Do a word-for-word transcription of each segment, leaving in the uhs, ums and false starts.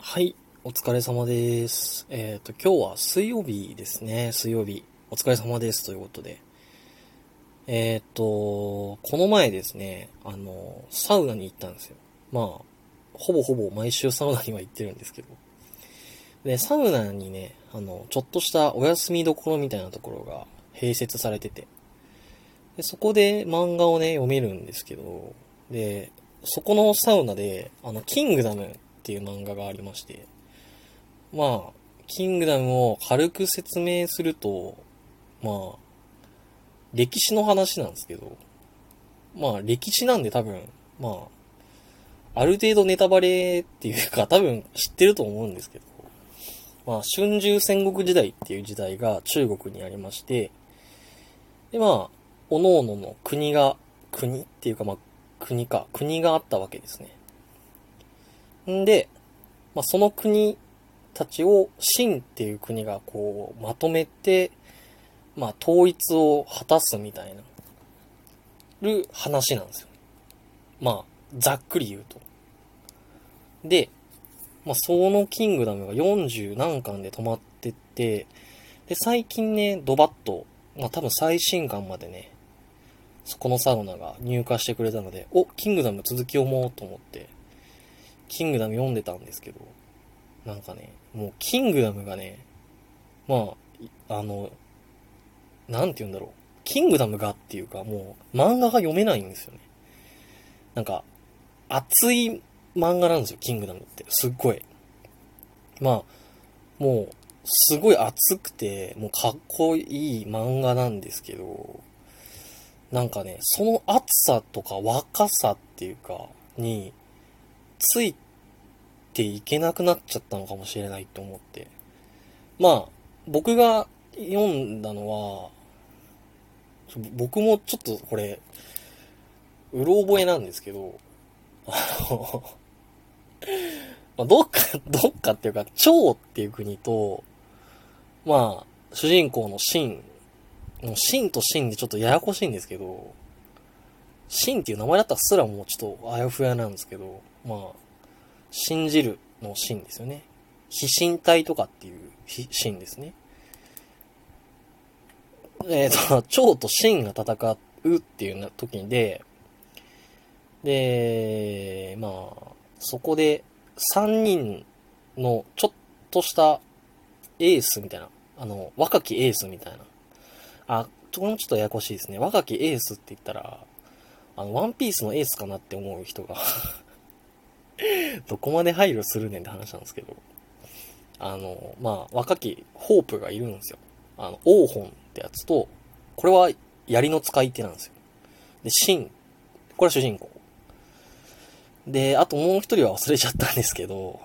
はい、お疲れ様です。えっと、今日は水曜日ですね。水曜日。お疲れ様です。ということで。えっと、この前ですね、あの、サウナに行ったんですよ。まあ、ほぼほぼ毎週サウナには行ってるんですけど。で、サウナにね、あの、ちょっとしたお休みどころみたいなところが併設されてて。で、そこで漫画をね、読めるんですけど、で、そこのサウナで、あの、キングダムっていう漫画がありまして、まあ、キングダムを軽く説明すると、まあ、歴史の話なんですけど、まあ、歴史なんで多分、まあ、ある程度ネタバレっていうか多分知ってると思うんですけど、まあ、春秋戦国時代っていう時代が中国にありまして、で、まあ、各々の国が、国っていうかまあ、国か、国があったわけですね。んで、まあ、その国たちを秦っていう国がこう、まとめて、まあ、統一を果たすみたいな、る話なんですよ。まあ、ざっくり言うと。で、まあ、そのキングダムがよんじゅう何巻で止まってって、で、最近ね、ドバッと、まあ、多分最新巻までね、そこのサウナが入荷してくれたので、お、キングダム続き読もうと思って、キングダム読んでたんですけど、なんかね、もうキングダムがね、まあ、あの、なんて言うんだろう。キングダムがっていうか、もう漫画が読めないんですよね。なんか、熱い漫画なんですよ、キングダムって。すっごい。まあ、もう、すごい熱くて、もうかっこいい漫画なんですけど、なんかね、その熱さとか若さっていうか、に、ついていけなくなっちゃったのかもしれないと思って。まあ、僕が読んだのは、僕もちょっとこれ、うろ覚えなんですけど、あの、まあ、どっか、どっかっていうか、趙っていう国と、まあ、主人公のシン、もうシンとシンでちょっとややこしいんですけど、シンっていう名前だったらすらもうちょっとあやふやなんですけど、まあ、信じるのシンですよね。非信体とかっていうシンですね。えっ、ー、と、趙とシンが戦うっていう時にで、で、まあ、そこでさんにんのちょっとしたエースみたいな、あの、若きエースみたいな。あ、ちょっとややこしいですね。若きエースって言ったら、あの、ワンピースのエースかなって思う人がどこまで配慮するねんって話なんですけど、あの、まあ、若きホープがいるんですよ。あの、オーホンってやつと、これは槍の使い手なんですよ。で、シン、これは主人公。で、あともう一人は忘れちゃったんですけど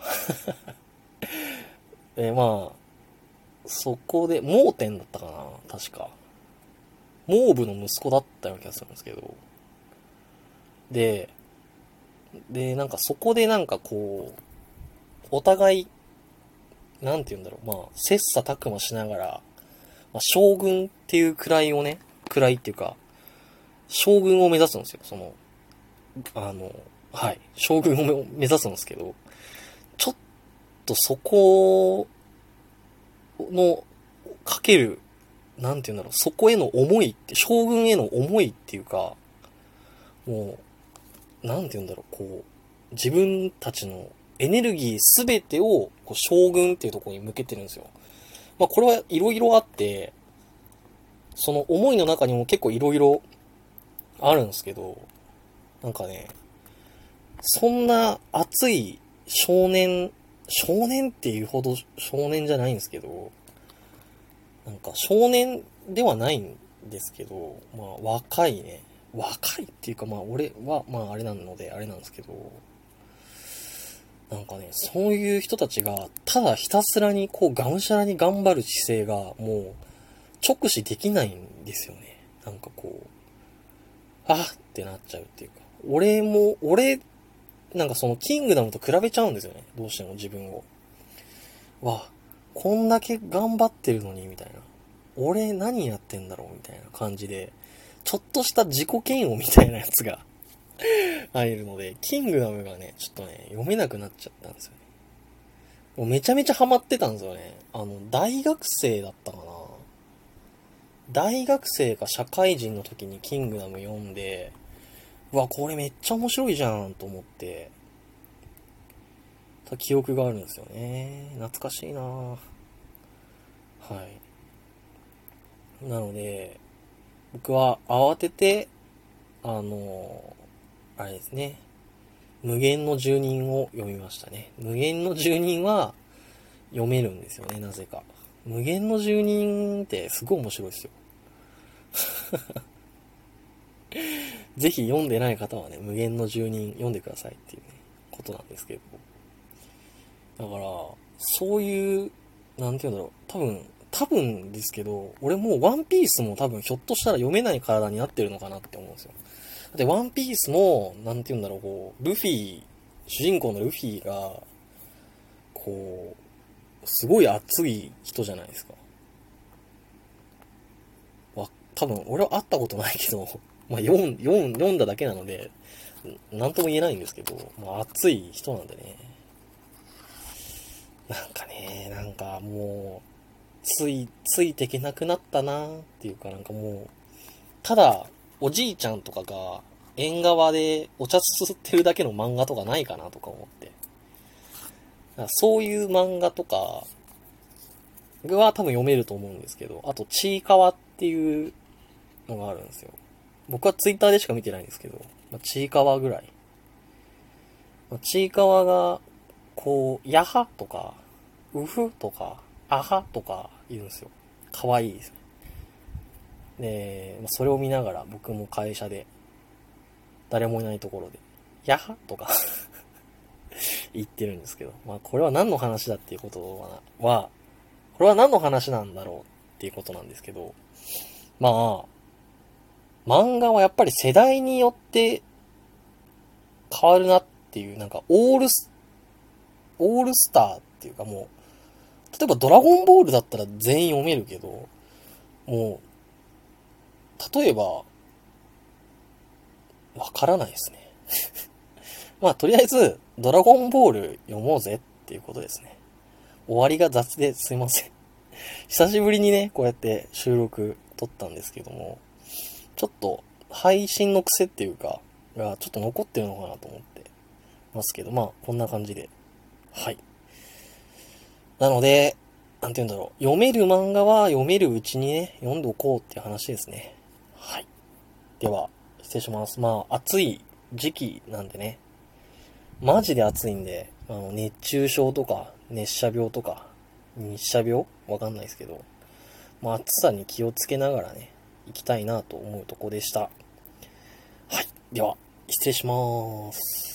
えまあ、そこで、盲点だったかな確か。モーブの息子だったような気がするんですけど。で、で、なんかそこでなんかこう、お互い、なんて言うんだろう、まあ、切磋琢磨しながら、まあ、将軍っていう位をね、位っていうか、将軍を目指すんですよ、その、あの、はい、将軍を目指すんですけど、ちょっとそこの、かける、なんて言うんだろう、そこへの思いって、将軍への思いっていうか、もう、なんて言うんだろう、こう、自分たちのエネルギーすべてを、こう、将軍っていうところに向けてるんですよ。まあ、これはいろいろあって、その思いの中にも結構いろいろあるんですけど、なんかね、そんな熱い少年、少年っていうほど少年じゃないんですけど、なんか少年ではないんですけど、まあ若いね、若いっていうかまあ俺はまああれなのであれなんですけど、なんかね、そういう人たちがただひたすらにこうがむしゃらに頑張る姿勢がもう直視できないんですよね。なんかこう、あってなっちゃうっていうか。俺も、俺、なんかそのキングダムと比べちゃうんですよね。どうしても自分を。わ、こんだけ頑張ってるのに、みたいな。俺何やってんだろうみたいな感じで、ちょっとした自己嫌悪みたいなやつが入るので、キングダムがね、ちょっとね、読めなくなっちゃったんですよね。 もうめちゃめちゃハマってたんですよね。あの、大学生だったかな。大学生か社会人の時にキングダム読んで、うわ、これめっちゃ面白いじゃんと思って、た記憶があるんですよね。懐かしいなぁ。はい。なので、僕は慌てて、あの、あれですね。無限の住人を読みましたね。無限の住人は読めるんですよね、なぜか。無限の住人ってすごい面白いですよ。ぜひ読んでない方はね、無限の住人読んでくださいっていうね、ことなんですけど。だから、そういう、なんていうんだろう、多分、多分ですけど、俺もうワンピースも多分ひょっとしたら読めない体になってるのかなって思うんですよ。で、ワンピースも、なんていうんだろう、こう、ルフィ、主人公のルフィが、こう、すごい熱い人じゃないですか。わ、多分、俺は会ったことないけど、まあ、読ん、読ん、読んだだけなので、なんとも言えないんですけど、まあ、熱い人なんでね。なんかね、なんかもう、つい、ついていけなくなったなっていうか、なんかもう、ただ、おじいちゃんとかが、縁側でお茶すすってるだけの漫画とかないかなとか思って。だからそういう漫画とかは多分読めると思うんですけど、あと、ちいかわっていうのがあるんですよ。僕はツイッターでしか見てないんですけど、まあ、ちいかわぐらい。まあ、ちいかわが、こう、やはとか、うふとか、あはとか言うんですよ。かわいいですね。で、まあ、それを見ながら僕も会社で、誰もいないところで、やはとか言ってるんですけど、まあこれは何の話だっていうことは、これは何の話なんだろうっていうことなんですけど、まあ、漫画はやっぱり世代によって変わるなっていう、なんかオールス、オールスターっていうかもう、例えばドラゴンボールだったら全員読めるけど、もう、例えば、わからないですね。まあとりあえず、ドラゴンボール読もうぜっていうことですね。終わりが雑ですいません。久しぶりにね、こうやって収録撮ったんですけども、ちょっと配信の癖っていうか、がちょっと残ってるのかなと思ってますけど、まあこんな感じで。はい。なので、なんて言うんだろう。読める漫画は読めるうちにね、読んでおこうっていう話ですね。はい。では、失礼します。まあ、暑い時期なんでね。マジで暑いんで、あの、熱中症とか、熱射病とか、日射病わかんないですけど、まあ、暑さに気をつけながらね、行きたいなと思うとこでした。はい。では、失礼します。